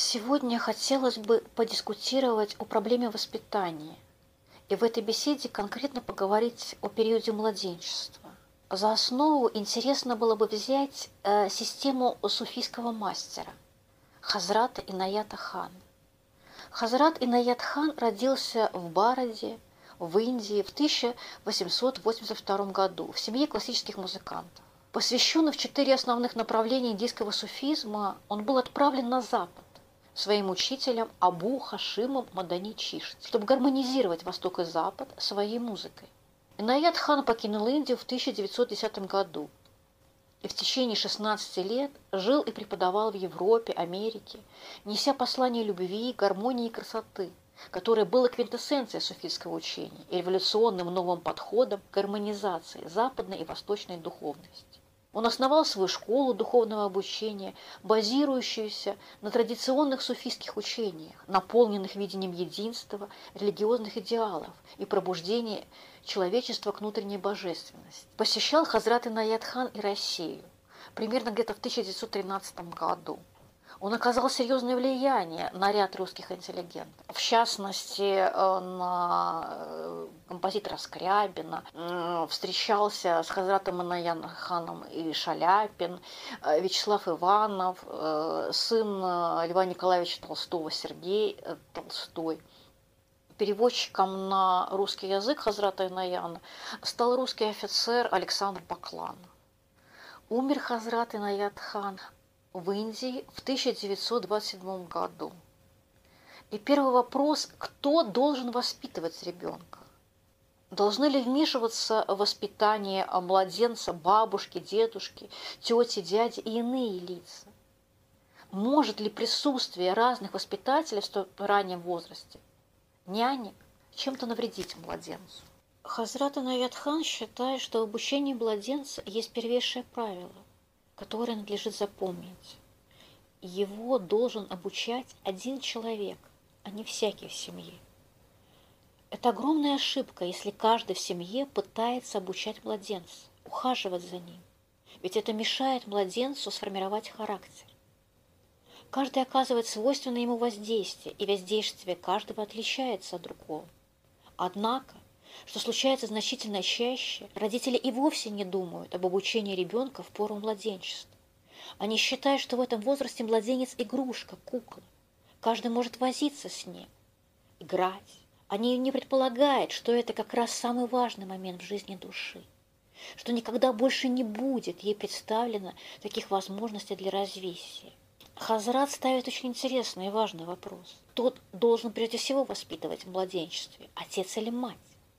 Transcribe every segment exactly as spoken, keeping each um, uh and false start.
Сегодня хотелось бы подискутировать о проблеме воспитания и в этой беседе конкретно поговорить о периоде младенчества. За основу интересно было бы взять э, систему суфийского мастера Хазрата Инаята Хана. Хазрат Инаят Хан родился в Бароде, в Индии в тысяча восемьсот восемьдесят втором году в семье классических музыкантов. Посвященный в четыре основных направления индийского суфизма, он был отправлен на Запад своим учителем Абу Хашимом Мадани Чишти, чтобы гармонизировать Восток и Запад своей музыкой. Инаят Хан покинул Индию в тысяча девятьсот десятом году и в течение шестнадцати лет жил и преподавал в Европе, Америке, неся послание любви, гармонии и красоты, которое было квинтэссенцией суфийского учения и революционным новым подходом к гармонизации западной и восточной духовности. Он основал свою школу духовного обучения, базирующуюся на традиционных суфийских учениях, наполненных видением единства, религиозных идеалов и пробуждения человечества к внутренней божественности. Посещал Хазрат Инаят Хан и Россию, примерно где-то в тысяча девятьсот тринадцатом году. Он оказал серьезное влияние на ряд русских интеллигентов, в частности, на композитора Скрябина, встречался с Хазратом Инаят Ханом и Шаляпин, Вячеслав Иванов, сын Льва Николаевича Толстого Сергей Толстой. Переводчиком на русский язык Хазрата Инаяна стал русский офицер Александр Баклан. Умер Хазрат Инаят Хан в Индии в тысяча девятьсот двадцать седьмом году. И первый вопрос: кто должен воспитывать ребенка? Должны ли вмешиваться в воспитание младенца бабушки, дедушки, тети, дяди и иные лица? Может ли присутствие разных воспитателей в столь раннем возрасте, нянек, чем-то навредить младенцу? Хазрат Инаят Хан считает, что обучение младенца есть первейшее правило, которое надлежит запомнить. Его должен обучать один человек, а не всякий в семье. Это огромная ошибка, если каждый в семье пытается обучать младенца, ухаживать за ним. Ведь это мешает младенцу сформировать характер. Каждый оказывает свойственное ему воздействие, и воздействие каждого отличается от другого. Однако, что случается значительно чаще, родители и вовсе не думают об обучении ребенка в пору младенчества. Они считают, что в этом возрасте младенец – игрушка, кукла. Каждый может возиться с ним, играть. Они не предполагают, что это как раз самый важный момент в жизни души, что никогда больше не будет ей представлено таких возможностей для развития. Хазрат ставит очень интересный и важный вопрос. Кто должен прежде всего воспитывать в младенчестве, отец или мать?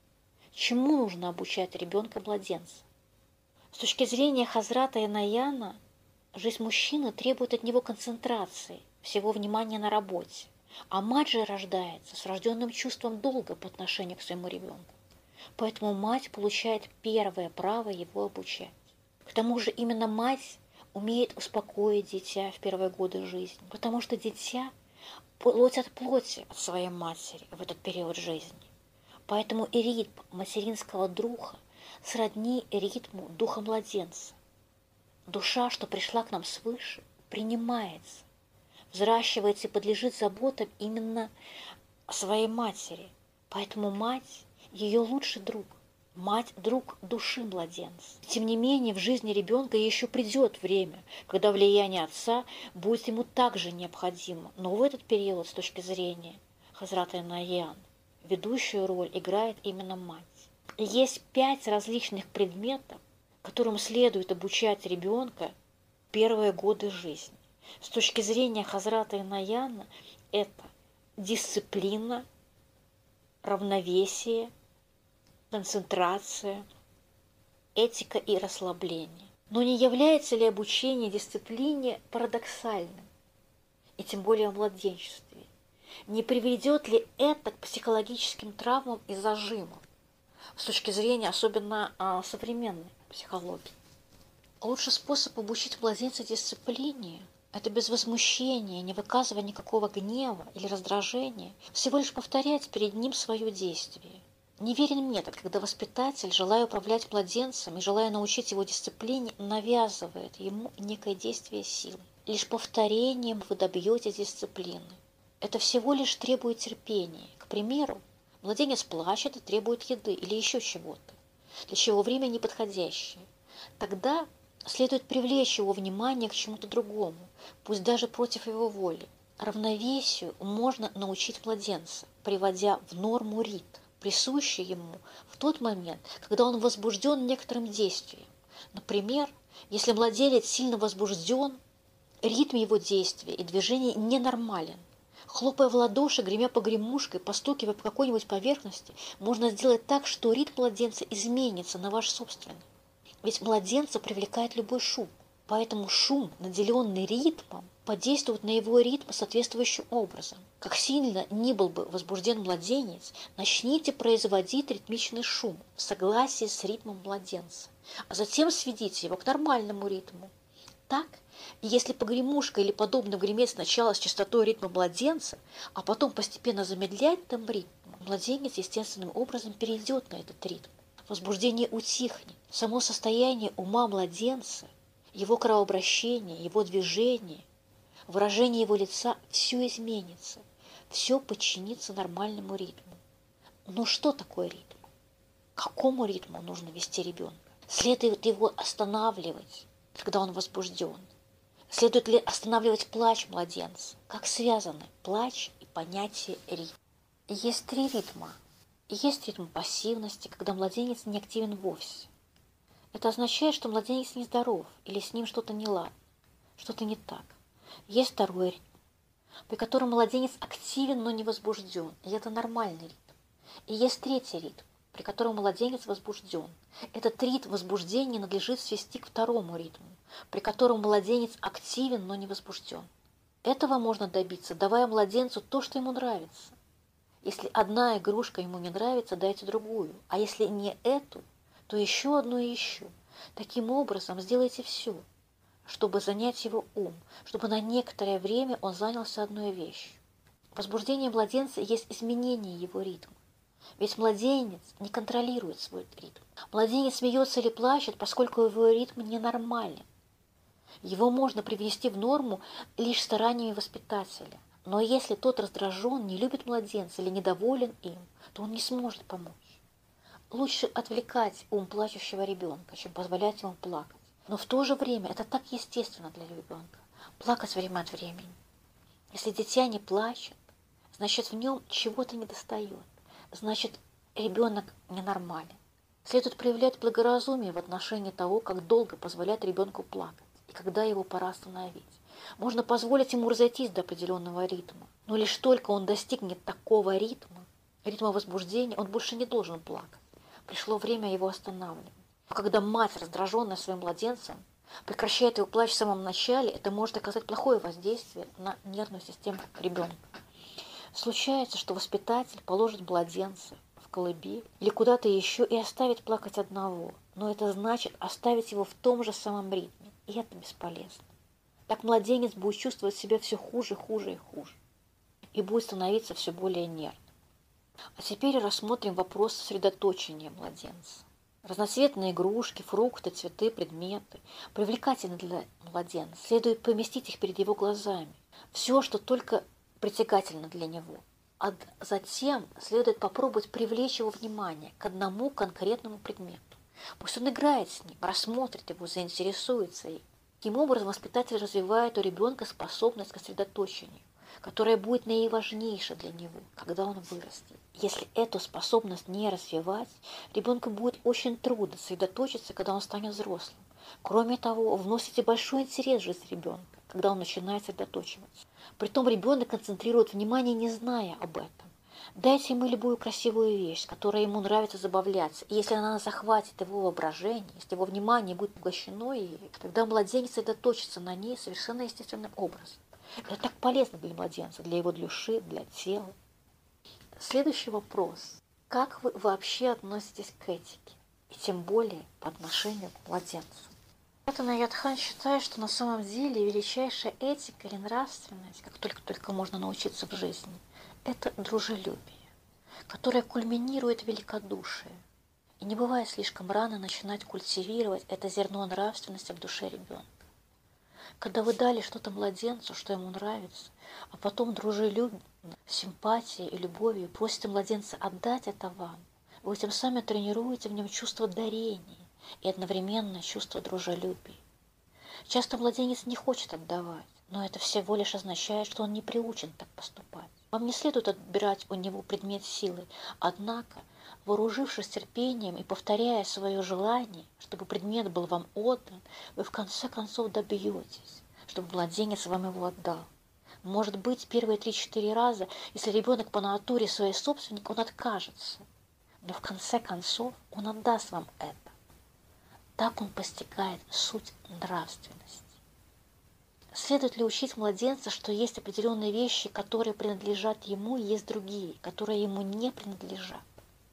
Чему нужно обучать ребенка-младенца? С точки зрения Хазрата Инаяна, жизнь мужчины требует от него концентрации, всего внимания на работе, а мать же рождается с врожденным чувством долга по отношению к своему ребенку. Поэтому мать получает первое право его обучать. К тому же именно мать умеет успокоить дитя в первые годы жизни, потому что дитя плоть от плоти от своей матери в этот период жизни. Поэтому и ритм материнского духа сродни ритму духа младенца. Душа, что пришла к нам свыше, принимается, взращивается и подлежит заботам именно своей матери. Поэтому мать – ее лучший друг, мать – друг души младенца. Тем не менее, в жизни ребенка еще придет время, когда влияние отца будет ему также необходимо. Но в этот период, с точки зрения Хазрата Инаяна, ведущую роль играет именно мать. И есть пять различных предметов, которым следует обучать ребенка первые годы жизни. С точки зрения Хазрата Инаяна это дисциплина, равновесие, концентрация, этика и расслабление. Но не является ли обучение дисциплине парадоксальным, и тем более в младенчестве? Не приведет ли это к психологическим травмам и зажимам, с точки зрения особенно а, современной психологии? Лучший способ обучить младенца дисциплине – это без возмущения, не выказывая никакого гнева или раздражения, всего лишь повторять перед ним свое действие. Неверен метод, когда воспитатель, желая управлять младенцем и желая научить его дисциплине, навязывает ему некое действие силы. Лишь повторением вы добьетесь дисциплины. Это всего лишь требует терпения. К примеру, младенец плачет и требует еды или еще чего-то, для чего время неподходящее. Тогда следует привлечь его внимание к чему-то другому, пусть даже против его воли. Равновесию можно научить младенца, приводя в норму ритм, присущий ему в тот момент, когда он возбужден некоторым действием. Например, если младенец сильно возбужден, ритм его действия и движений ненормален. Хлопая в ладоши, гремя погремушкой, постукивая по какой-нибудь поверхности, можно сделать так, что ритм младенца изменится на ваш собственный. Ведь младенца привлекает любой шум, поэтому шум, наделенный ритмом, подействует на его ритм соответствующим образом. Как сильно ни был бы возбужден младенец, начните производить ритмичный шум в согласии с ритмом младенца, а затем сведите его к нормальному ритму. Так, и если погремушка или подобно греметь сначала с частотой ритма младенца, а потом постепенно замедлять темп ритма, младенец естественным образом перейдет на этот ритм. Возбуждение утихнет. Само состояние ума младенца, его кровообращение, его движение, выражение его лица – все изменится, все подчинится нормальному ритму. Но что такое ритм? К какому ритму нужно вести ребенка? Следует его останавливать, когда он возбужден? Следует ли останавливать плач младенца? Как связаны плач и понятие ритма? Есть три ритма. Есть ритм пассивности, когда младенец не активен вовсе. Это означает, что младенец нездоров или с ним что-то не ладно, что-то не так. Есть второй ритм, при котором младенец активен, но не возбужден, и это нормальный ритм. И есть третий ритм, при котором младенец возбужден. Этот ритм возбуждения надлежит свести к второму ритму, при котором младенец активен, но не возбужден. Этого можно добиться, давая младенцу то, что ему нравится. Если одна игрушка ему не нравится, дайте другую, а если не эту, то еще одну и еще. Таким образом, сделайте все, чтобы занять его ум, чтобы на некоторое время он занялся одной вещью. Возбуждение младенца есть изменение его ритма. Ведь младенец не контролирует свой ритм. Младенец смеется или плачет, поскольку его ритм ненормален. Его можно привести в норму лишь стараниями воспитателя. Но если тот раздражен, не любит младенца или недоволен им, то он не сможет помочь. Лучше отвлекать ум плачущего ребенка, чем позволять ему плакать. Но в то же время это так естественно для ребенка – плакать время от времени. Если дитя не плачет, значит в нем чего-то недостает, значит ребенок ненормален. Следует проявлять благоразумие в отношении того, как долго позволять ребенку плакать и когда его пора остановить. Можно позволить ему разойтись до определенного ритма, но лишь только он достигнет такого ритма, ритма возбуждения, он больше не должен плакать. Пришло время его останавливать. Когда мать, раздраженная своим младенцем, прекращает его плач в самом начале, это может оказать плохое воздействие на нервную систему ребенка. Случается, что воспитатель положит младенца в колыбель или куда-то еще и оставит плакать одного, но это значит оставить его в том же самом ритме, и это бесполезно. Так младенец будет чувствовать себя все хуже, хуже и хуже, и будет становиться все более нервным. А теперь рассмотрим вопрос сосредоточения младенца. Разноцветные игрушки, фрукты, цветы, предметы привлекательны для младенца. Следует поместить их перед его глазами. Все, что только притягательно для него. А затем следует попробовать привлечь его внимание к одному конкретному предмету. Пусть он играет с ним, рассмотрит его, заинтересуется им. Таким образом, воспитатель развивает у ребенка способность к сосредоточению, которая будет наиважнейшей для него, когда он вырастет. Если эту способность не развивать, ребенку будет очень трудно сосредоточиться, когда он станет взрослым. Кроме того, вносите большой интерес в жизнь ребенка, когда он начинает сосредоточиваться. Притом ребенок концентрирует внимание, не зная об этом. Дайте ему любую красивую вещь, с которой ему нравится забавляться. И если она захватит его воображение, если его внимание будет поглощено ею, тогда младенец сосредоточится на ней совершенно естественным образом. Это так полезно для младенца, для его души, для тела. Следующий вопрос. Как вы вообще относитесь к этике? И тем более по отношению к младенцу? Атана Ядхан считает, что на самом деле величайшая этика или нравственность, как только-только можно научиться в жизни, это дружелюбие, которое кульминирует в великодушие. И не бывает слишком рано начинать культивировать это зерно нравственности в душе ребенка. Когда вы дали что-то младенцу, что ему нравится, а потом дружелюбно, симпатией и любовью просите младенца отдать это вам, вы тем самым тренируете в нем чувство дарения и одновременно чувство дружелюбия. Часто младенец не хочет отдавать, но это всего лишь означает, что он не приучен так поступать. Вам не следует отбирать у него предмет силы, однако, вооружившись терпением и повторяя свое желание, чтобы предмет был вам отдан, вы в конце концов добьетесь, чтобы младенец вам его отдал. Может быть, первые три-четыре раза, если ребенок по натуре своей собственник, он откажется, но в конце концов он отдаст вам это. Так он постигает суть нравственности. Следует ли учить младенца, что есть определенные вещи, которые принадлежат ему, и есть другие, которые ему не принадлежат?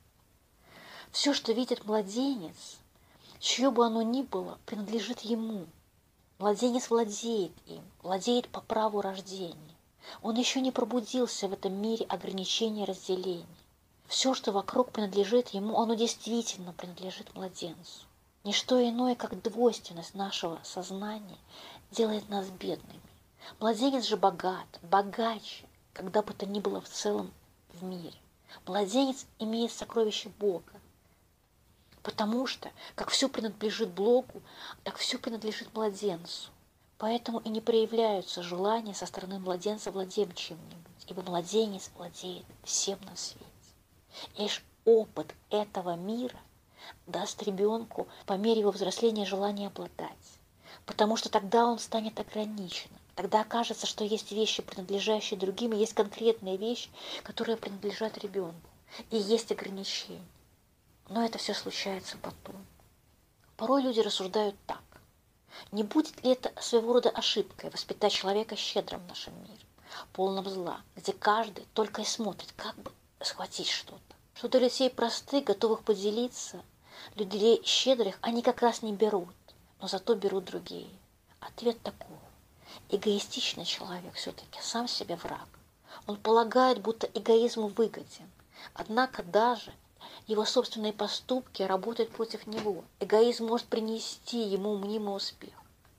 Все, что видит младенец, чье бы оно ни было, принадлежит ему. Младенец владеет им, владеет по праву рождения. Он еще не пробудился в этом мире ограничений и разделений. Все, что вокруг принадлежит ему, оно действительно принадлежит младенцу. Ничто иное, как двойственность нашего сознания, делает нас бедными. Младенец же богат, богаче, когда бы то ни было в целом в мире. Младенец имеет сокровище Бога, потому что, как все принадлежит Богу, так все принадлежит младенцу. Поэтому и не проявляются желания со стороны младенца владеть чем-нибудь, ибо младенец владеет всем на свете. И лишь опыт этого мира даст ребенку по мере его взросления желание обладать, потому что тогда он станет ограниченным. Тогда окажется, что есть вещи, принадлежащие другим, и есть конкретные вещи, которые принадлежат ребенку, и есть ограничения. Но это все случается потом. Порой люди рассуждают так. Не будет ли это своего рода ошибкой воспитать человека щедрым в нашем мире, полном зла, где каждый только и смотрит, как бы схватить что-то? Что для людей простых, готовых поделиться, людей щедрых, они как раз не берут, но зато берут другие. Ответ такой. Эгоистичный человек все-таки сам себе враг. Он полагает, будто эгоизм выгоден. Однако даже его собственные поступки работают против него. Эгоизм может принести ему мнимый успех.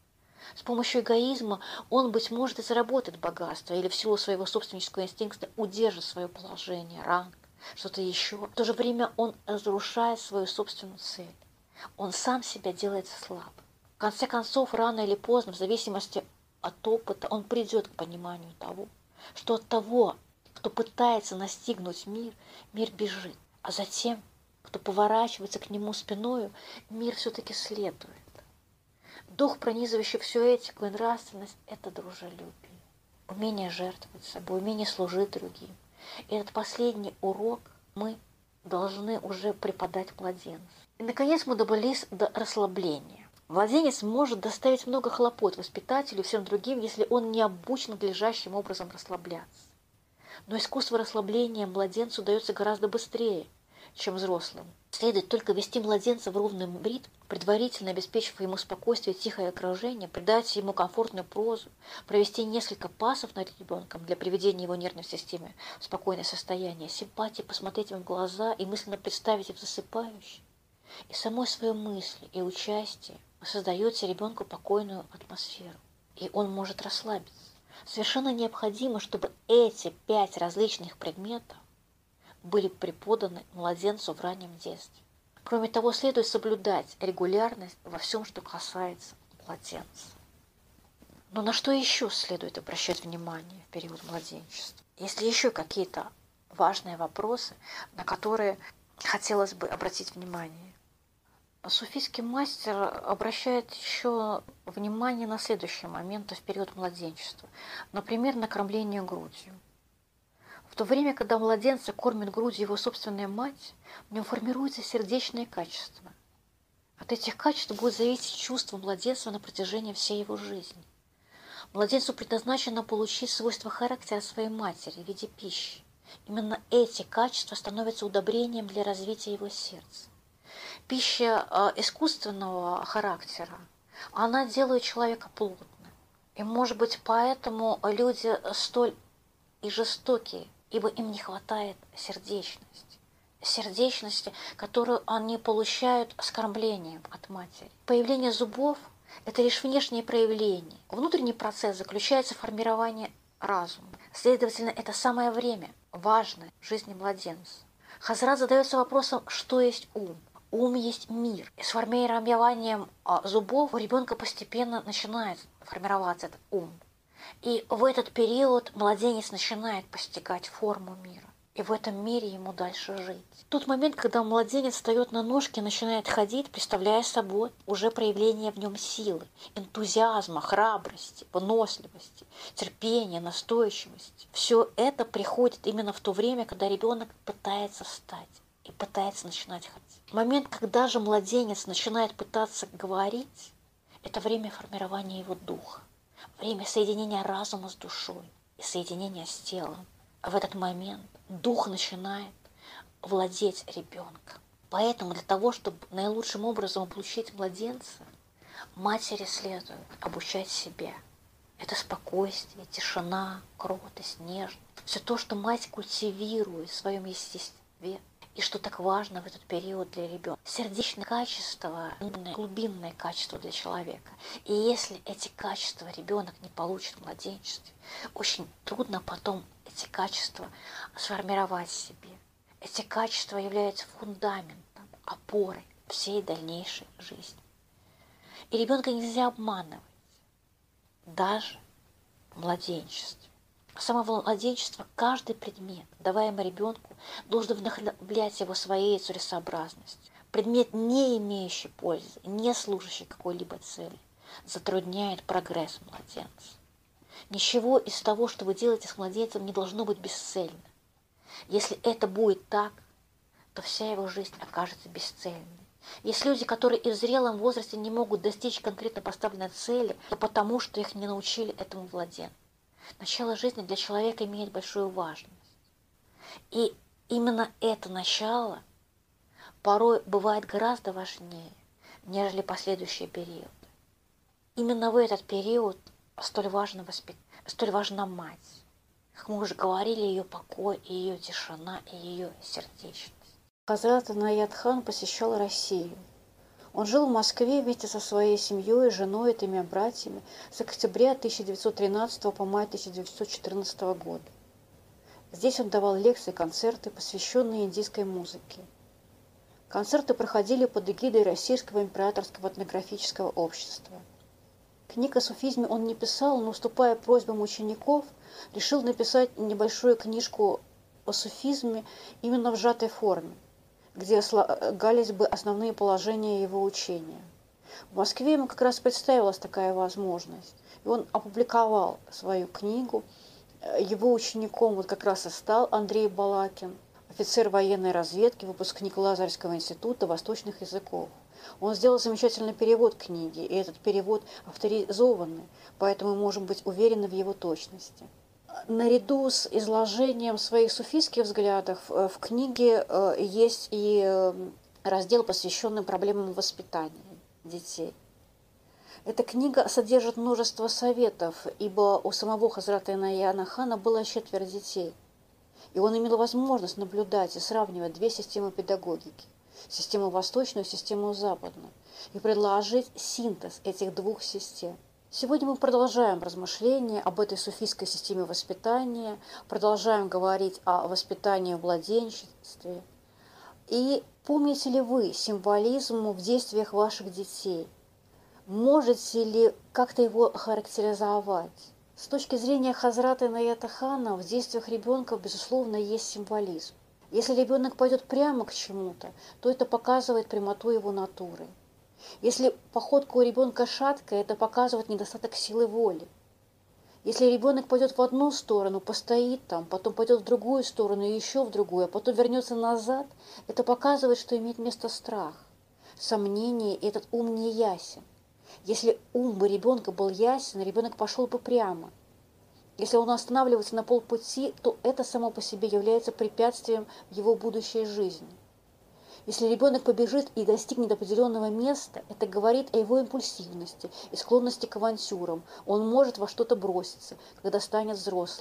С помощью эгоизма он, быть может, и заработает богатство, или в силу своего собственнического инстинкта удержит свое положение, ранг, что-то еще. В то же время он разрушает свою собственную цель. Он сам себя делает слабым. В конце концов, рано или поздно, в зависимости от опыта, он придет к пониманию того, что от того, кто пытается настигнуть мир, мир бежит. А затем, кто поворачивается к нему спиною, мир все-таки следует. Дух, пронизывающий всю этику и нравственность, это дружелюбие, умение жертвовать собой, умение служить другим. И этот последний урок мы должны уже преподать младенцу. И, наконец, мы добрались до расслабления. Младенец может доставить много хлопот воспитателю и всем другим, если он не обучен надлежащим образом расслабляться. Но искусство расслабления младенцу дается гораздо быстрее, чем взрослым. Следует только ввести младенца в ровный ритм, предварительно обеспечив ему спокойствие и тихое окружение, придать ему комфортную позу, провести несколько пасов над ребенком для приведения его нервной системы в спокойное состояние, симпатии, посмотреть ему в глаза и мысленно представить их засыпающим. И самой своей мысли и участие создаете ребенку покойную атмосферу, и он может расслабиться. Совершенно необходимо, чтобы эти пять различных предметов были преподаны младенцу в раннем детстве. Кроме того, следует соблюдать регулярность во всем, что касается младенца. Но на что еще следует обращать внимание в период младенчества? Есть ли еще какие-то важные вопросы, на которые хотелось бы обратить внимание? Суфийский мастер обращает еще внимание на следующие моменты в период младенчества. Например, на кормление грудью. В то время, когда младенца кормит грудью его собственная мать, в нем формируются сердечные качества. От этих качеств будет зависеть чувство младенца на протяжении всей его жизни. Младенцу предназначено получить свойства характера своей матери в виде пищи. Именно эти качества становятся удобрением для развития его сердца. Пища искусственного характера, она делает человека плотным. И, может быть, поэтому люди столь и жестокие, ибо им не хватает сердечности. Сердечности, которую они получают с кормлением от матери. Появление зубов Это лишь внешнее проявление. Внутренний процесс заключается в формировании разума. Следовательно, это самое время, важное в жизни младенца. Хазрат задается вопросом, что есть ум. Ум есть мир. И с формированием зубов у ребенка постепенно начинает формироваться этот ум. И в этот период младенец начинает постигать форму мира. И в этом мире ему дальше жить. Тот момент, когда младенец встает на ножки и начинает ходить, представляя собой уже проявление в нем силы, энтузиазма, храбрости, выносливости, терпения, настойчивости. Все это приходит именно в то время, когда ребенок пытается встать и пытается начинать ходить. Момент, когда же младенец начинает пытаться говорить, это время формирования его духа, время соединения разума с душой и соединения с телом. В этот момент дух начинает владеть ребенком. Поэтому для того, чтобы наилучшим образом облучить младенца, матери следует обучать себя. Это спокойствие, тишина, кротость, нежность. Все то, что мать культивирует в своем естестве, и что так важно в этот период для ребенка. Сердечное качество, глубинное качество для человека. И если эти качества ребенок не получит в младенчестве, очень трудно потом эти качества сформировать в себе. Эти качества являются фундаментом, опорой всей дальнейшей жизни. И ребенка нельзя обманывать, даже в младенчестве. С самого младенчества каждый предмет, даваемый ребенку, должен вдохновлять его своей целесообразностью. Предмет, не имеющий пользы, не служащий какой-либо цели, затрудняет прогресс младенца. Ничего из того, что вы делаете с младенцем, не должно быть бесцельно. Если это будет так, то вся его жизнь окажется бесцельной. Есть люди, которые и в зрелом возрасте не могут достичь конкретно поставленной цели, потому что их не научили этому младенцу. Начало жизни для человека имеет большую важность. И именно это начало порой бывает гораздо важнее, нежели последующие периоды. Именно в этот период столь важно воспит... столь важна мать. Как мы уже говорили, ее покой, и ее тишина, и ее сердечность. Хазрат Инаят хан посещал Россию. Он жил в Москве вместе со своей семьей, женой и тремя братьями с октября тысяча девятьсот тринадцатого по май тысяча девятьсот четырнадцатого года. Здесь он давал лекции и концерты, посвященные индийской музыке. Концерты проходили под эгидой Российского императорского этнографического общества. Книг о суфизме он не писал, но, уступая просьбам учеников, решил написать небольшую книжку о суфизме именно в сжатой форме, где слагались бы основные положения его учения. В Москве ему как раз представилась такая возможность, и он опубликовал свою книгу. Его учеником вот как раз и стал Андрей Балакин, офицер военной разведки, выпускник Лазаревского института восточных языков. Он сделал замечательный перевод книги, и этот перевод авторизованный, поэтому мы можем быть уверены в его точности. Наряду с изложением своих суфийских взглядов в книге есть и раздел, посвященный проблемам воспитания детей. Эта книга содержит множество советов, ибо у самого Хазрата Инаяна хана было четверо детей, и он имел возможность наблюдать и сравнивать две системы педагогики – систему восточную и систему западную, и предложить синтез этих двух систем. Сегодня мы продолжаем размышления об этой суфийской системе воспитания, продолжаем говорить о воспитании в младенчестве. И помните ли вы символизм в действиях ваших детей? Можете ли как-то его характеризовать? С точки зрения Хазрата Инаята хана в действиях ребенка, безусловно, есть символизм. Если ребенок пойдет прямо к чему-то, то это показывает прямоту его натуры. Если походка у ребенка шаткая, это показывает недостаток силы воли. Если ребенок пойдет в одну сторону, постоит там, потом пойдет в другую сторону и еще в другую, а потом вернется назад, это показывает, что имеет место страх, сомнение, и этот ум не ясен. Если ум бы ребенка был ясен, ребенок пошел бы прямо. Если он останавливается на полпути, то это само по себе является препятствием в его будущей жизни. Если ребенок побежит и достигнет определенного места, это говорит о его импульсивности и склонности к авантюрам. Он может во что-то броситься, когда станет взрослым.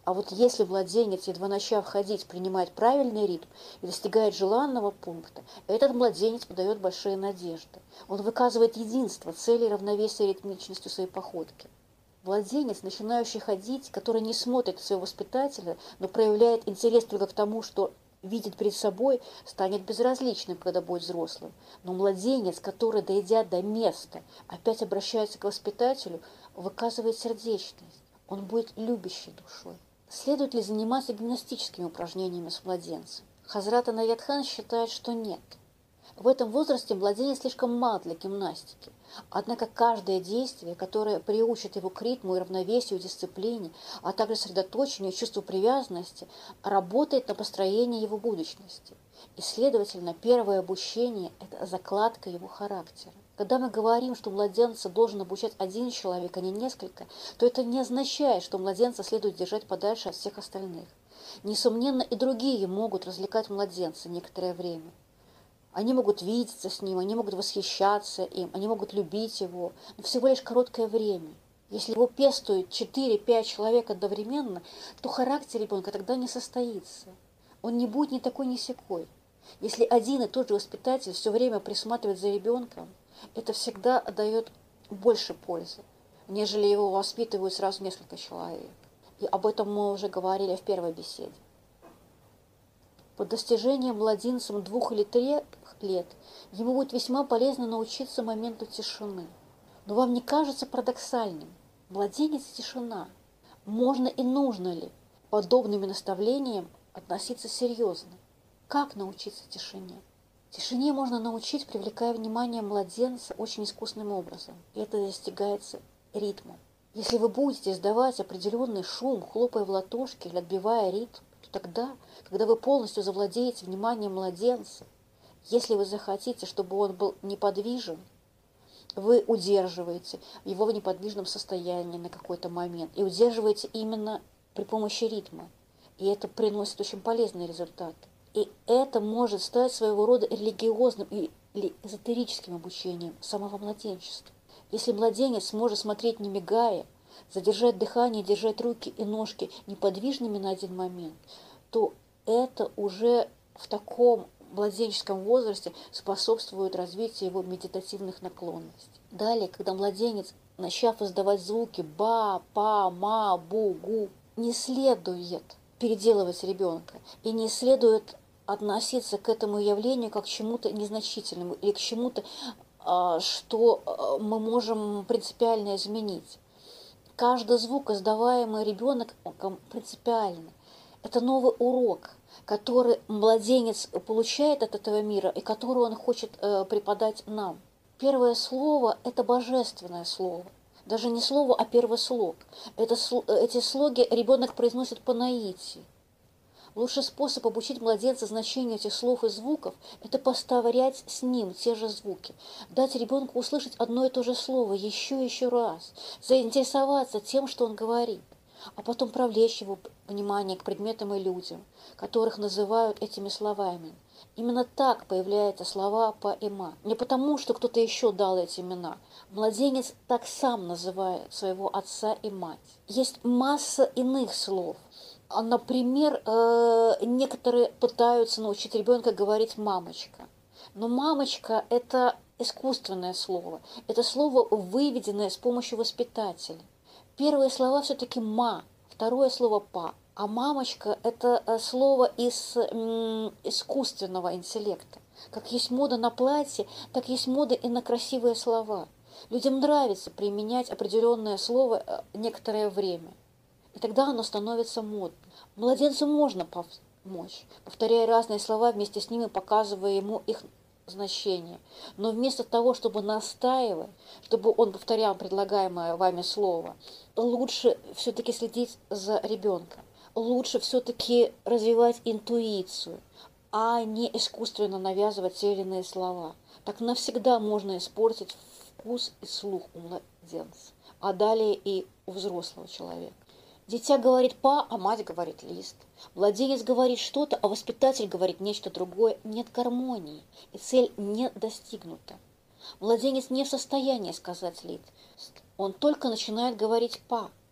А вот если младенец, едва начав ходить, принимает правильный ритм и достигает желанного пункта, этот младенец подает большие надежды. Он выказывает единство, цели, равновесие и ритмичностью своей походки. Младенец, начинающий ходить, который не смотрит своего воспитателя, но проявляет интерес только к тому, что видит перед собой, станет безразличным, когда будет взрослым. Но младенец, который, дойдя до места, опять обращается к воспитателю, выказывает сердечность. Он будет любящей душой. Следует ли заниматься гимнастическими упражнениями с младенцем? Хазрат Инаят-хан считает, что нет. В этом возрасте младенец слишком мал для гимнастики. Однако каждое действие, которое приучит его к ритму и равновесию, дисциплине, а также сосредоточению и чувству привязанности, работает на построение его будущности. И, следовательно, первое обучение – это закладка его характера. Когда мы говорим, что младенца должен обучать один человек, а не несколько, то это не означает, что младенца следует держать подальше от всех остальных. Несомненно, и другие могут развлекать младенца некоторое время. Они могут видеться с ним, они могут восхищаться им, они могут любить его, но всего лишь короткое время. Если его пестуют четыре-пять человек одновременно, то характер ребенка тогда не состоится. Он не будет ни такой, ни сякой. Если один и тот же воспитатель все время присматривает за ребенком, это всегда дает больше пользы, нежели его воспитывают сразу несколько человек. И об этом мы уже говорили в первой беседе. По достижением младенцем двух или трех лет ему будет весьма полезно научиться моменту тишины. Но вам не кажется парадоксальным? Младенец – тишина. Можно и нужно ли подобными наставлениям относиться серьезно? Как научиться тишине? Тишине можно научить, привлекая внимание младенца очень искусным образом. И это достигается ритмом. Если вы будете издавать определенный шум, хлопая в ладошки или отбивая ритм, то тогда, когда вы полностью завладеете вниманием младенца, если вы захотите, чтобы он был неподвижен, вы удерживаете его в неподвижном состоянии на какой-то момент и удерживаете именно при помощи ритма. И это приносит очень полезный результат. И это может стать своего рода религиозным или эзотерическим обучением самого младенчества. Если младенец сможет смотреть не мигая, задержать дыхание, держать руки и ножки неподвижными на один момент, то это уже в таком младенческом возрасте способствует развитию его медитативных наклонностей. Далее, когда младенец, начав издавать звуки ба, па, ма, бу, гу, не следует переделывать ребенка и не следует относиться к этому явлению как к чему-то незначительному или к чему-то, что мы можем принципиально изменить. Каждый звук, издаваемый ребенком, принципиально. Это новый урок, который младенец получает от этого мира и который он хочет преподать нам. Первое слово – это божественное слово. Даже не слово, а первый слог. Это, эти слоги ребенок произносит по наитию. Лучший способ обучить младенца значению этих слов и звуков – это повторять с ним те же звуки, дать ребенку услышать одно и то же слово еще и еще раз, заинтересоваться тем, что он говорит, а потом привлечь его внимание к предметам и людям, которых называют этими словами. Именно так появляются слова па и ма. Не потому, что кто-то еще дал эти имена. Младенец так сам называет своего отца и мать. Есть масса иных слов. Например, некоторые пытаются научить ребенка говорить «мамочка». Но «мамочка» – это искусственное слово. Это слово, выведенное с помощью воспитателя. Первые слова все-таки «ма», второе слово «па». А «мамочка» – это слово из искусственного интеллекта. Как есть мода на платье, так есть мода и на красивые слова. Людям нравится применять определенное слово некоторое время. И тогда оно становится модным. Младенцу можно помочь, повторяя разные слова, вместе с ними показывая ему их значение. Но вместо того, чтобы настаивать, чтобы он повторял предлагаемое вами слово, лучше все-таки следить за ребенком. Лучше все-таки развивать интуицию, а не искусственно навязывать те или иные слова. Так навсегда можно испортить вкус и слух у младенца, а далее и у взрослого человека. Дитя говорит «па», а мать говорит «лист». Младенец говорит что-то, а воспитатель говорит нечто другое. Нет гармонии, и цель не достигнута. Младенец не в состоянии сказать «лист». Он только начинает говорить «па».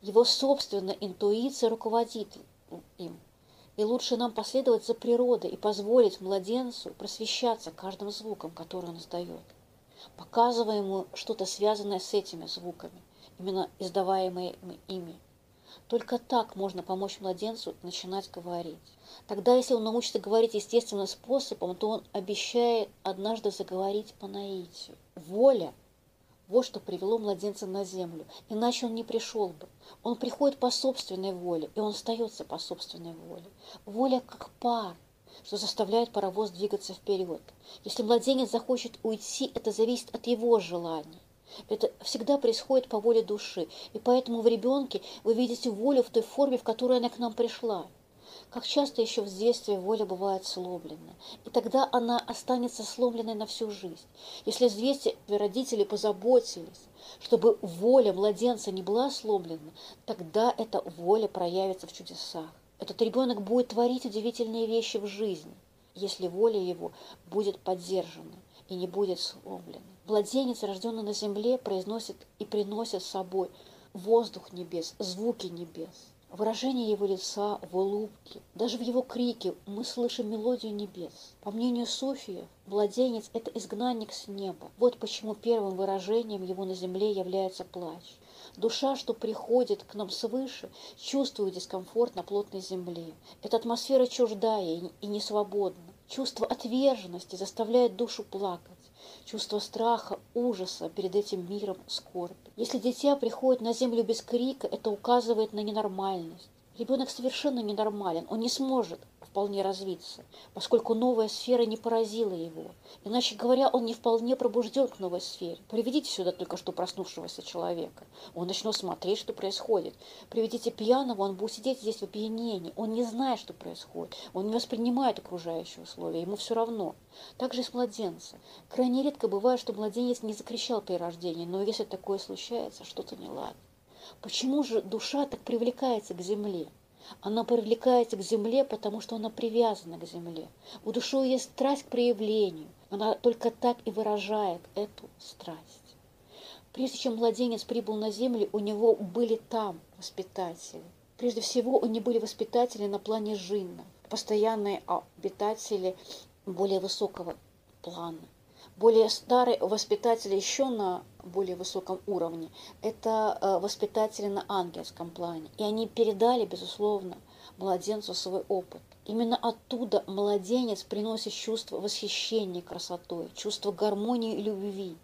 Его собственная интуиция руководит им. И лучше нам последовать за природой и позволить младенцу просвещаться каждым звуком, который он издает, показывая ему что-то связанное с этими звуками, именно издаваемые ими. Только так можно помочь младенцу начинать говорить. Тогда, если он научится говорить естественным способом, то он обещает однажды заговорить по наитию. Воля – вот что привело младенца на землю, иначе он не пришел бы. Он приходит по собственной воле, и он остается по собственной воле. Воля как пар, что заставляет паровоз двигаться вперед. Если младенец захочет уйти, это зависит от его желания. Это всегда происходит по воле души, и поэтому в ребенке вы видите волю в той форме, в которой она к нам пришла. Как часто еще в детстве воля бывает сломлена, и тогда она останется сломленной на всю жизнь. Если в детстве родители позаботились, чтобы воля младенца не была сломлена, тогда эта воля проявится в чудесах. Этот ребенок будет творить удивительные вещи в жизни, если воля его будет поддержана и не будет сломлена. Младенец, рожденный на земле, произносит и приносит с собой воздух небес, звуки небес. Выражение его лица в улыбке, даже в его крике мы слышим мелодию небес. По мнению суфиев, младенец – это изгнанник с неба. Вот почему первым выражением его на земле является плач. Душа, что приходит к нам свыше, чувствует дискомфорт на плотной земле. Эта атмосфера чуждая и несвободна. Чувство отверженности заставляет душу плакать. Чувство страха, ужаса перед этим миром скорби. Если дитя приходит на землю без крика, это указывает на ненормальность. Ребенок совершенно ненормален, он не сможет вполне развиться, поскольку новая сфера не поразила его. Иначе говоря, он не вполне пробужден к новой сфере. Приведите сюда только что проснувшегося человека. Он начнет смотреть, что происходит. Приведите пьяного, он будет сидеть здесь в опьянении. Он не знает, что происходит. Он не воспринимает окружающие условия, ему все равно. Так же и с младенцем. Крайне редко бывает, что младенец не закричал при рождении, но если такое случается, что-то неладно. Почему же душа так привлекается к земле? Она привлекается к земле, потому что она привязана к земле. У души есть страсть к проявлению. Она только так и выражает эту страсть. Прежде чем младенец прибыл на землю, у него были там воспитатели. Прежде всего, они были воспитатели на плане джиннов, постоянные обитатели более высокого плана. Более старые воспитатели еще на более высоком уровне – это воспитатели на ангельском плане. И они передали, безусловно, младенцу свой опыт. Именно оттуда младенец приносит чувство восхищения красотой, чувство гармонии и любви,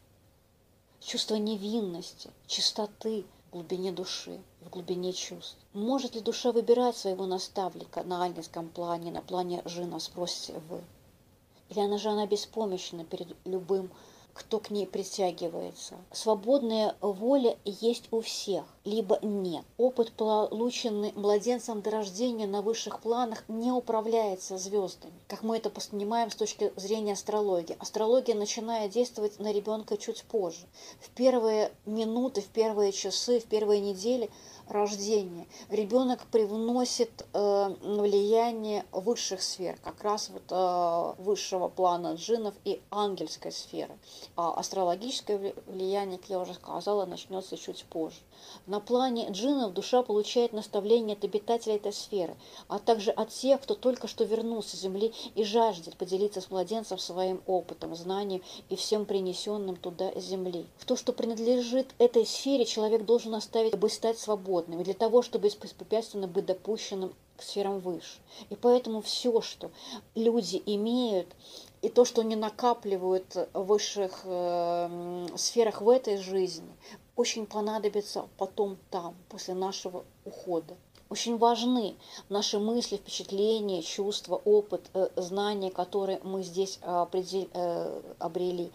чувство невинности, чистоты в глубине души, в глубине чувств. Может ли душа выбирать своего наставника на ангельском плане, на плане джинна, спросите вы? Или она же она беспомощна перед любым, кто к ней притягивается. Свободная воля есть у всех, либо нет. Опыт, полученный младенцем до рождения на высших планах, не управляется звездами, как мы это понимаем с точки зрения астрологии. Астрология начинает действовать на ребенка чуть позже. В первые минуты, в первые часы, в первые недели рождения ребенок привносит э, влияние высших сфер, как раз вот э, высшего плана джиннов и ангельской сферы. А астрологическое влияние, как я уже сказала, начнется чуть позже. На плане джиннов душа получает наставление от обитателей этой сферы, а также от тех, кто только что вернулся с земли и жаждет поделиться с младенцем своим опытом, знанием и всем принесенным туда из земли. В то, что принадлежит этой сфере, человек должен оставить, дабы стать свободным, и для того, чтобы беспрепятственно быть допущенным к сферам выше. И поэтому все, что люди имеют, и то, что они накапливают в высших э, сферах в этой жизни, очень понадобится потом там, после нашего ухода. Очень важны наши мысли, впечатления, чувства, опыт, э, знания, которые мы здесь э, определ, э, обрели.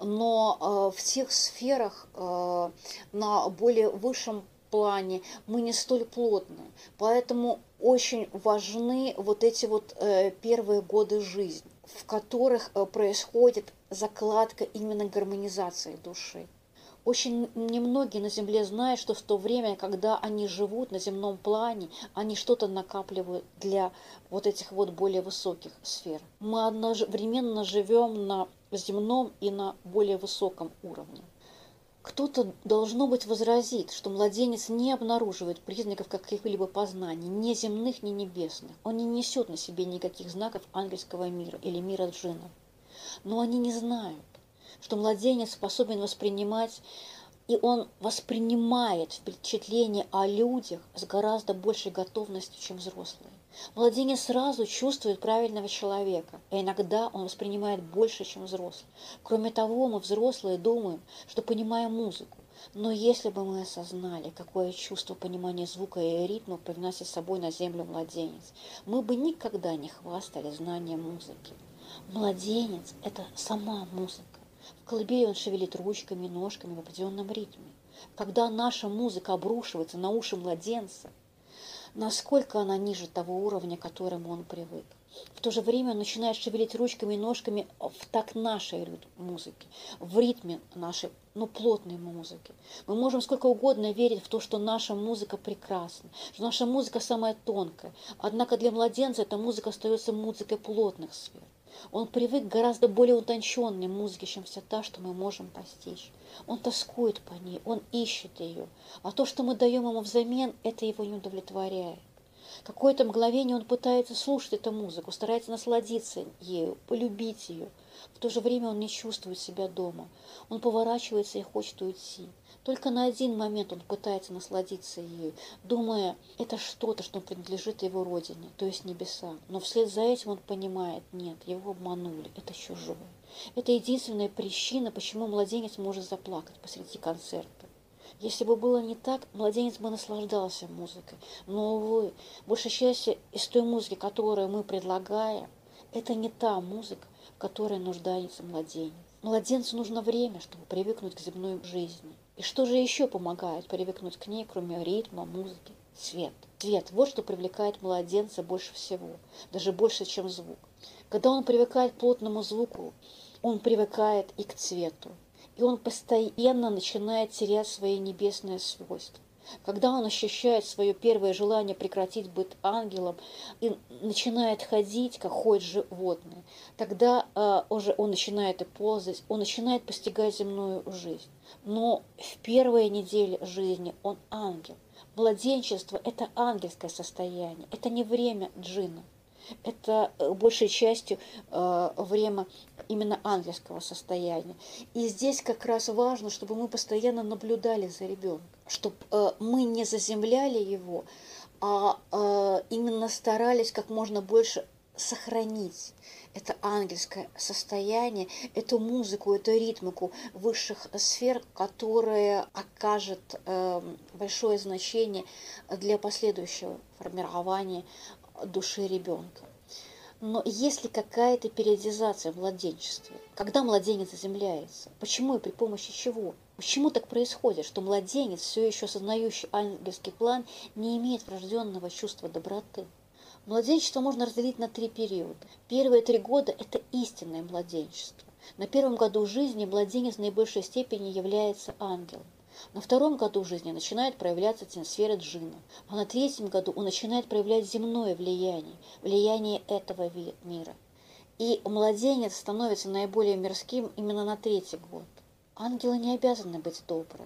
Но э, в тех сферах э, на более высшем плане мы не столь плотные. Поэтому очень важны вот эти вот э, первые годы жизни, в которых э, происходит закладка именно гармонизации души. Очень немногие на Земле знают, что в то время, когда они живут на земном плане, они что-то накапливают для вот этих вот более высоких сфер. Мы одновременно живем на земном и на более высоком уровне. Кто-то, должно быть, возразит, что младенец не обнаруживает признаков каких-либо познаний, ни земных, ни небесных. Он не несет на себе никаких знаков ангельского мира или мира джиннов. Но они не знают, что младенец способен воспринимать, и он воспринимает впечатление о людях с гораздо большей готовностью, чем взрослые. Младенец сразу чувствует правильного человека, а иногда он воспринимает больше, чем взрослый. Кроме того, мы, взрослые, думаем, что понимаем музыку. Но если бы мы осознали, какое чувство понимания звука и ритма привносит с собой на землю младенец, мы бы никогда не хвастали знанием музыки. Младенец – это сама музыка. В колыбели он шевелит ручками и ножками в определенном ритме. Когда наша музыка обрушивается на уши младенца, насколько она ниже того уровня, к которому он привык. В то же время он начинает шевелить ручками и ножками в такт нашей музыки, в ритме нашей, ну, плотной музыки. Мы можем сколько угодно верить в то, что наша музыка прекрасна, что наша музыка самая тонкая. Однако для младенца эта музыка остается музыкой плотных сфер. Он привык к гораздо более утонченной музыке, чем вся та, что мы можем постичь. Он тоскует по ней, он ищет ее. А то, что мы даем ему взамен, это его не удовлетворяет. Какое-то мгновение он пытается слушать эту музыку, старается насладиться ею, полюбить ее. В то же время он не чувствует себя дома. Он поворачивается и хочет уйти. Только на один момент он пытается насладиться ею, думая, это что-то, что принадлежит его родине, то есть небесам. Но вслед за этим он понимает, нет, его обманули, это чужое. Это единственная причина, почему младенец может заплакать посреди концерта. Если бы было не так, младенец бы наслаждался музыкой. Но, увы, большая часть из той музыки, которую мы предлагаем, это не та музыка, в которой нуждается младенец. Младенцу нужно время, чтобы привыкнуть к земной жизни. И что же еще помогает привыкнуть к ней, кроме ритма, музыки? Цвет. Цвет – вот что привлекает младенца больше всего, даже больше, чем звук. Когда он привыкает к плотному звуку, он привыкает и к цвету. И он постоянно начинает терять свои небесные свойства. Когда он ощущает свое первое желание прекратить быть ангелом и начинает ходить, как ходят животные, тогда э, уже он начинает и ползать, он начинает постигать земную жизнь. Но в первые недели жизни он ангел. Младенчество – это ангельское состояние, это не время джинна. Это большей частью э, время именно ангельского состояния. И здесь как раз важно, чтобы мы постоянно наблюдали за ребенком, чтобы э, мы не заземляли его, а э, именно старались как можно больше сохранить это ангельское состояние, эту музыку, эту ритмику высших сфер, которая окажет э, большое значение для последующего формирования души ребенка. Но есть ли какая-то периодизация в младенчестве? Когда младенец заземляется? Почему и при помощи чего? Почему так происходит, что младенец, все еще осознающий ангельский план, не имеет врожденного чувства доброты? Младенчество можно разделить на три периода. Первые три года – это истинное младенчество. На первом году жизни младенец в наибольшей степени является ангелом. На втором году жизни начинает проявляться сфера джинна, а на третьем году он начинает проявлять земное влияние, влияние этого мира. И младенец становится наиболее мирским именно на третий год. Ангелы не обязаны быть добрым,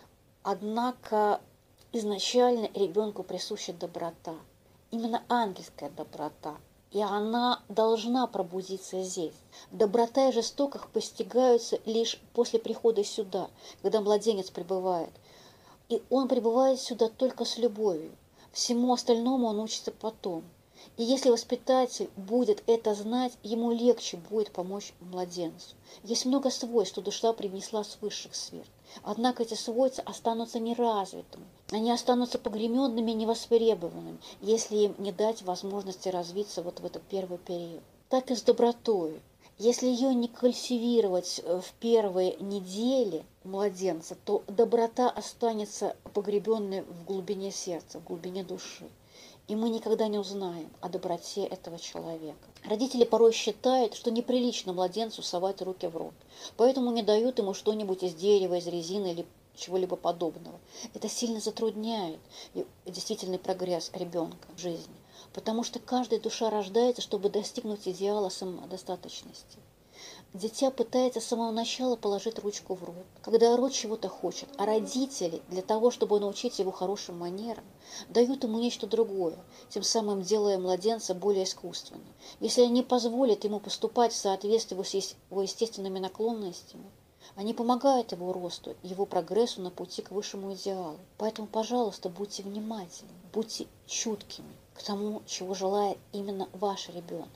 однако изначально ребенку присуща доброта, именно ангельская доброта. И она должна пробудиться здесь. Доброта и жестокость постигаются лишь после прихода сюда, когда младенец прибывает. И он прибывает сюда только с любовью. Всему остальному он учится потом. И если воспитатель будет это знать, ему легче будет помочь младенцу. Есть много свойств, что душа привнесла с высших сфер. Однако эти свойства останутся неразвитыми. Они останутся погременными и невостребованными, если им не дать возможности развиться вот в этот первый период. Так и с добротой. Если ее не культивировать в первые недели младенца, то доброта останется погребенной в глубине сердца, в глубине души. И мы никогда не узнаем о доброте этого человека. Родители порой считают, что неприлично младенцу совать руки в рот, поэтому не дают ему что-нибудь из дерева, из резины или чего-либо подобного. Это сильно затрудняет действительный прогресс ребенка в жизни, потому что каждая душа рождается, чтобы достигнуть идеала самодостаточности. Дитя пытается с самого начала положить ручку в рот, когда рот чего-то хочет, а родители для того, чтобы научить его хорошим манерам, дают ему нечто другое, тем самым делая младенца более искусственным. Если они позволят ему поступать в соответствии с его естественными наклонностями, они помогают его росту, его прогрессу на пути к высшему идеалу. Поэтому, пожалуйста, будьте внимательны, будьте чуткими к тому, чего желает именно ваш ребенок.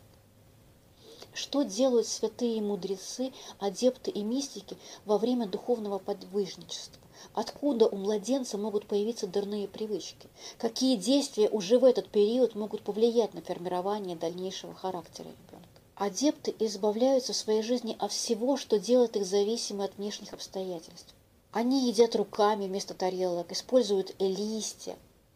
Что делают святые мудрецы, адепты и мистики во время духовного подвижничества? Откуда у младенца могут появиться дурные привычки? Какие действия уже в этот период могут повлиять на формирование дальнейшего характера ребенка? Адепты избавляются в своей жизни от всего, что делает их зависимыми от внешних обстоятельств. Они едят руками вместо тарелок, используют листья.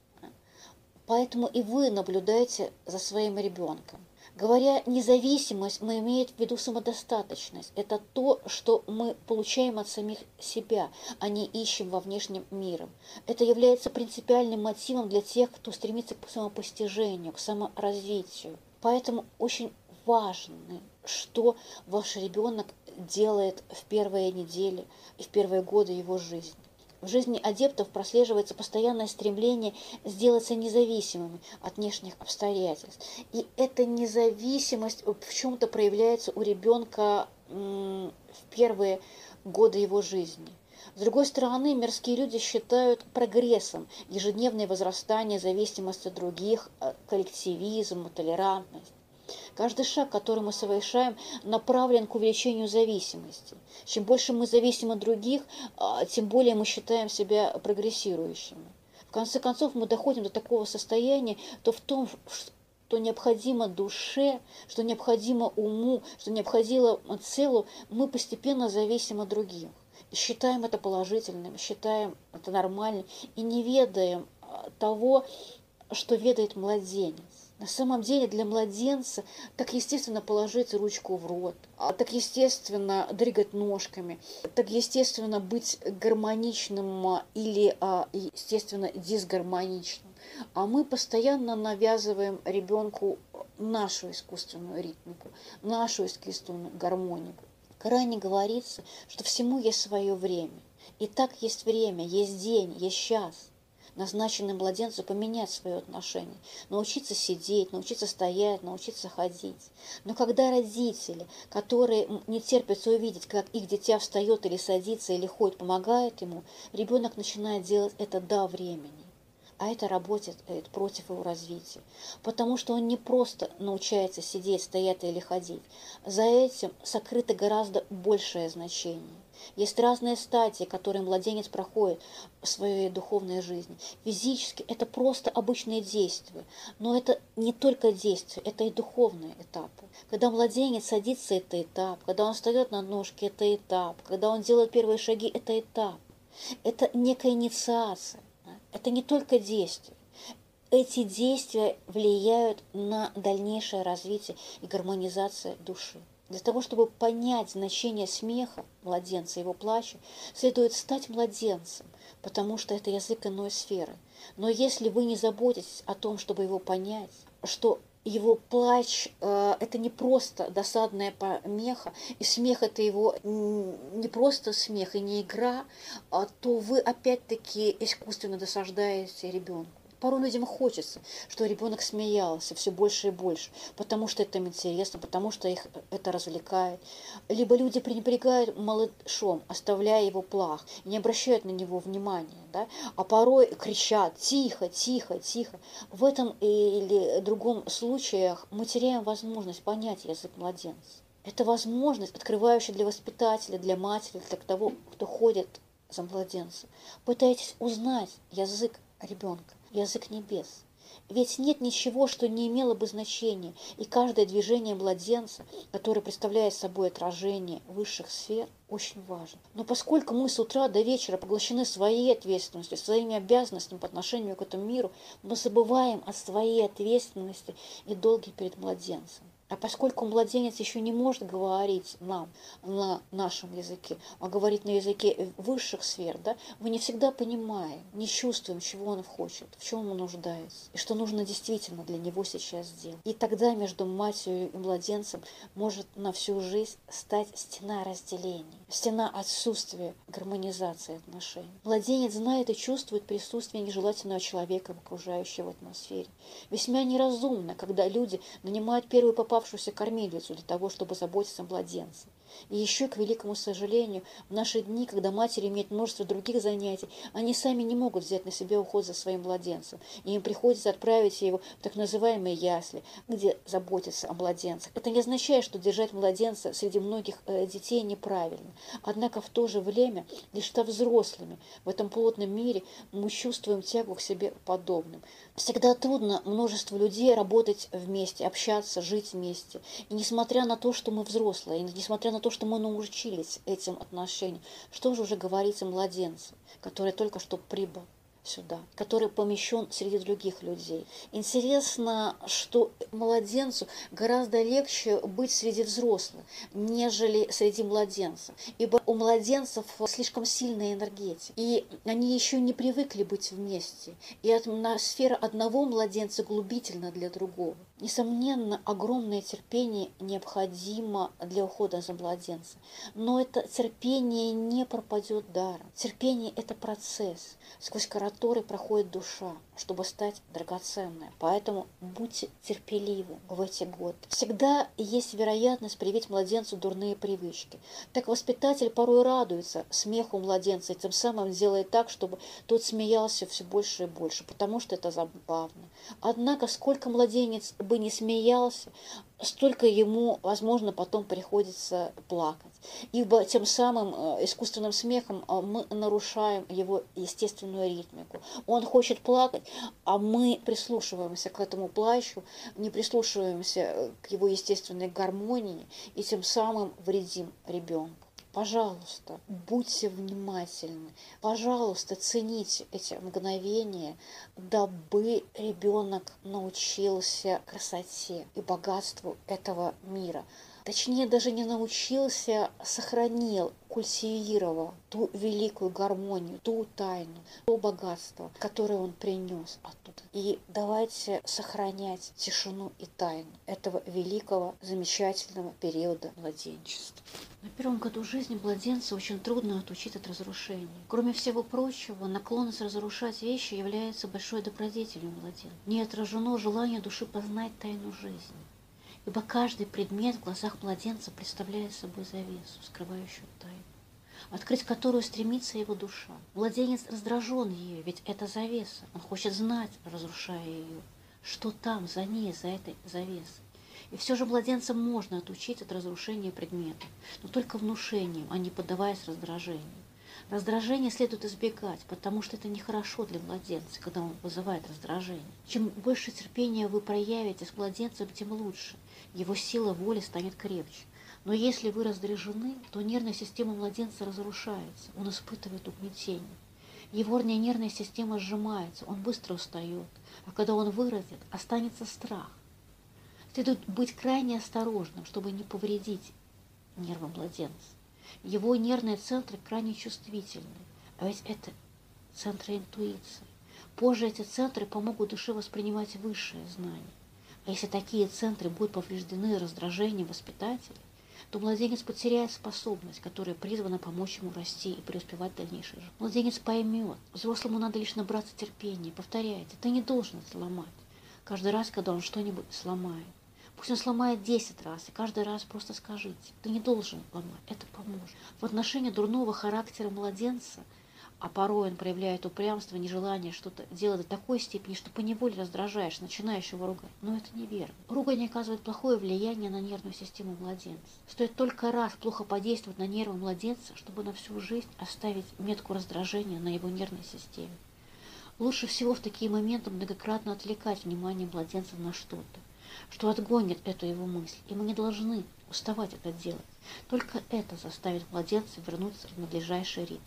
Поэтому и вы наблюдаете за своим ребенком. Говоря независимость, мы имеем в виду самодостаточность. Это то, что мы получаем от самих себя, а не ищем во внешнем мире. Это является принципиальным мотивом для тех, кто стремится к самопостижению, к саморазвитию. Поэтому очень важно, что ваш ребенок делает в первые недели и в первые годы его жизни. В жизни адептов прослеживается постоянное стремление сделаться независимыми от внешних обстоятельств. И эта независимость в чем-то проявляется у ребенка в первые годы его жизни. С другой стороны, мирские люди считают прогрессом ежедневное возрастание зависимости от других, коллективизм, толерантность. Каждый шаг, который мы совершаем, направлен к увеличению зависимости. Чем больше мы зависим от других, тем более мы считаем себя прогрессирующими. В конце концов, мы доходим до такого состояния, то в том, что необходимо душе, что необходимо уму, что необходимо целу, мы постепенно зависим от других. И считаем это положительным, считаем это нормальным и не ведаем того, что ведает младенец. На самом деле для младенца так естественно положить ручку в рот, так естественно дрыгать ножками, так естественно быть гармоничным или, естественно, дисгармоничным. А мы постоянно навязываем ребенку нашу искусственную ритмику, нашу искусственную гармонику. В Коране говорится, что всему есть свое время. И так есть время, есть день, есть час. Назначенный младенцу поменять свое отношение, научиться сидеть, научиться стоять, научиться ходить. Но когда родители, которые не терпятся увидеть, как их дитя встает или садится, или ходит, помогают ему, ребенок начинает делать это до времени. А это работает против его развития. Потому что он не просто научается сидеть, стоять или ходить. За этим сокрыто гораздо большее значение. Есть разные стадии, которые младенец проходит в своей духовной жизни. Физически это просто обычные действия, но это не только действия, это и духовные этапы. Когда младенец садится, это этап. Когда он встает на ножки, это этап. Когда он делает первые шаги, это этап. Это некая инициация. Это не только действия. Эти действия влияют на дальнейшее развитие и гармонизацию души. Для того, чтобы понять значение смеха младенца, его плача, следует стать младенцем, потому что это язык иной сферы. Но если вы не заботитесь о том, чтобы его понять, что его плач э, – это не просто досадная помеха, и смех – это его не просто смех и не игра, а то вы опять-таки искусственно досаждаете ребенку. Порой людям хочется, чтобы ребенок смеялся все больше и больше, потому что это им интересно, потому что их это развлекает. Либо люди пренебрегают малышом, оставляя его плах, и не обращают на него внимания, да? А порой кричат «тихо, тихо, тихо». В этом или другом случаях мы теряем возможность понять язык младенца. Это возможность, открывающая для воспитателя, для матери, для того, кто ходит за младенцем. Пытайтесь узнать язык ребенка, язык небес. Ведь нет ничего, что не имело бы значения, и каждое движение младенца, которое представляет собой отражение высших сфер, очень важно. Но поскольку мы с утра до вечера поглощены своей ответственностью, своими обязанностями по отношению к этому миру, мы забываем о своей ответственности и долге перед младенцем. А поскольку младенец еще не может говорить нам на нашем языке, а говорит на языке высших сфер, да, мы не всегда понимаем, не чувствуем, чего он хочет, в чем он нуждается, и что нужно действительно для него сейчас сделать. И тогда между матерью и младенцем может на всю жизнь стать стена разделения, стена отсутствия гармонизации отношений. Младенец знает и чувствует присутствие нежелательного человека в окружающей атмосфере. Весьма неразумно, когда люди нанимают первую попавшуюся кормилицу для того, чтобы заботиться о младенце. И еще, к великому сожалению, в наши дни, когда матери имеют множество других занятий, они сами не могут взять на себя уход за своим младенцем. И им приходится отправить его в так называемые ясли, где заботятся о младенцах. Это не означает, что держать младенца среди многих детей неправильно. Однако в то же время, лишь со взрослыми в этом плотном мире мы чувствуем тягу к себе подобным. Всегда трудно множеству людей работать вместе, общаться, жить вместе. И несмотря на то, что мы взрослые, и несмотря на то, что мы научились этим отношениям, что же уже говорить о младенце, который только что прибыл сюда, который помещен среди других людей. Интересно, что младенцу гораздо легче быть среди взрослых, нежели среди младенцев, ибо у младенцев слишком сильная энергетика, и они еще не привыкли быть вместе, и атмосфера одного младенца глубительна для другого. Несомненно, огромное терпение необходимо для ухода за младенцем, но это терпение не пропадет даром. Терпение – это процесс, сквозь который проходит душа, чтобы стать драгоценной. Поэтому будьте терпеливы в эти годы. Всегда есть вероятность привить младенцу дурные привычки. Так воспитатель порой радуется смеху младенца и тем самым делает так, чтобы тот смеялся все больше и больше, потому что это забавно. Однако, сколько младенец бы не смеялся, столько ему, возможно, потом приходится плакать. Ибо тем самым искусственным смехом мы нарушаем его естественную ритмику. Он хочет плакать, а мы прислушиваемся к этому плачу, не прислушиваемся к его естественной гармонии и тем самым вредим ребенку. Пожалуйста, будьте внимательны, пожалуйста, цените эти мгновения, дабы ребенок научился красоте и богатству этого мира. Точнее, даже не научился, сохранил, культивировал ту великую гармонию, ту тайну, то богатство, которое он принес оттуда. И давайте сохранять тишину и тайну этого великого, замечательного периода младенчества. На первом году жизни младенца очень трудно отучить от разрушения. Кроме всего прочего, наклонность разрушать вещи является большой добродетелью младенца. Не отражено желание души познать тайну жизни. Ибо каждый предмет в глазах младенца представляет собой завесу, скрывающую тайну, открыть которую стремится его душа. Младенец раздражен ею, ведь это завеса. Он хочет знать, разрушая ее, что там, за ней, за этой завесой. И все же младенца можно отучить от разрушения предметов, но только внушением, а не поддаваясь раздражению. Раздражение следует избегать, потому что это нехорошо для младенца, когда он вызывает раздражение. Чем больше терпения вы проявите с младенцем, тем лучше. Его сила воли станет крепче. Но если вы раздражены, то нервная система младенца разрушается, он испытывает угнетение. Его нервная система сжимается, он быстро устает, а когда он вырастет, останется страх. Следует быть крайне осторожным, чтобы не повредить нервы младенца. Его нервные центры крайне чувствительны, а ведь это центры интуиции. Позже эти центры помогут душе воспринимать высшие знания. А если такие центры будут повреждены раздражением воспитателя, то младенец потеряет способность, которая призвана помочь ему расти и преуспевать в дальнейшей жизни. Младенец поймет, взрослому надо лишь набраться терпения. Повторяйте, ты не должен это сломать. Каждый раз, когда он что-нибудь сломает. Пусть он сломает десять раз, и каждый раз просто скажите, ты не должен ломать, это поможет. В отношении дурного характера младенца, а порой он проявляет упрямство, нежелание что-то делать до такой степени, что поневоле раздражаешь, начинаешь его ругать. Но это неверно. Ругань оказывает плохое влияние на нервную систему младенца. Стоит только раз плохо подействовать на нервы младенца, чтобы на всю жизнь оставить метку раздражения на его нервной системе. Лучше всего в такие моменты многократно отвлекать внимание младенца на что-то, что отгонит эту его мысль, и мы не должны уставать это делать. Только это заставит младенца вернуться в надлежащий ритм.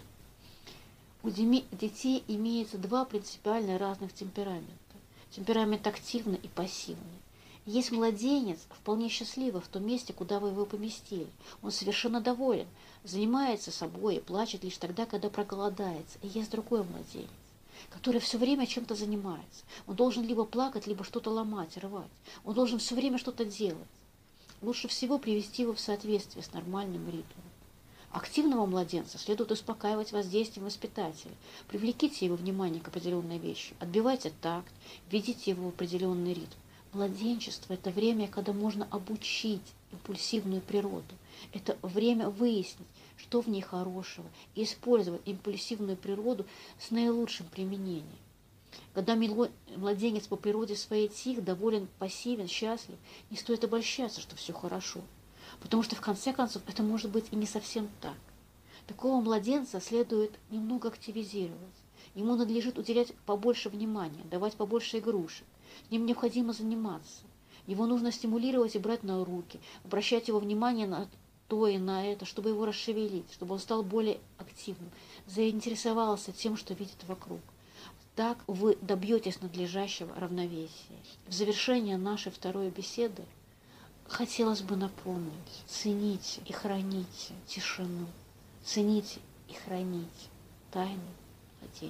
У детей имеется два принципиально разных темперамента. Темперамент активный и пассивный. Есть младенец, вполне счастливый в том месте, куда вы его поместили. Он совершенно доволен, занимается собой и плачет лишь тогда, когда проголодается. И есть другой младенец, который все время чем-то занимается. Он должен либо плакать, либо что-то ломать, рвать. Он должен все время что-то делать. Лучше всего привести его в соответствие с нормальным ритмом. Активного младенца следует успокаивать воздействием воспитателя. Привлеките его внимание к определенной вещи, отбивайте такт, введите его в определенный ритм. Младенчество – это время, когда можно обучить импульсивную природу. Это время выяснить, что в ней хорошего, и использовать импульсивную природу с наилучшим применением. Когда младенец по природе своей тих, доволен, пассивен, счастлив, не стоит обольщаться, что все хорошо. Потому что, в конце концов, это может быть и не совсем так. Такого младенца следует немного активизировать. Ему надлежит уделять побольше внимания, давать побольше игрушек. С ним необходимо заниматься. Его нужно стимулировать и брать на руки, обращать его внимание на то и на это, чтобы его расшевелить, чтобы он стал более активным, заинтересовался тем, что видит вокруг. Так вы добьетесь надлежащего равновесия. В завершение нашей второй беседы хотелось бы напомнить: цените и храните тишину, цените и храните тайну младенчества.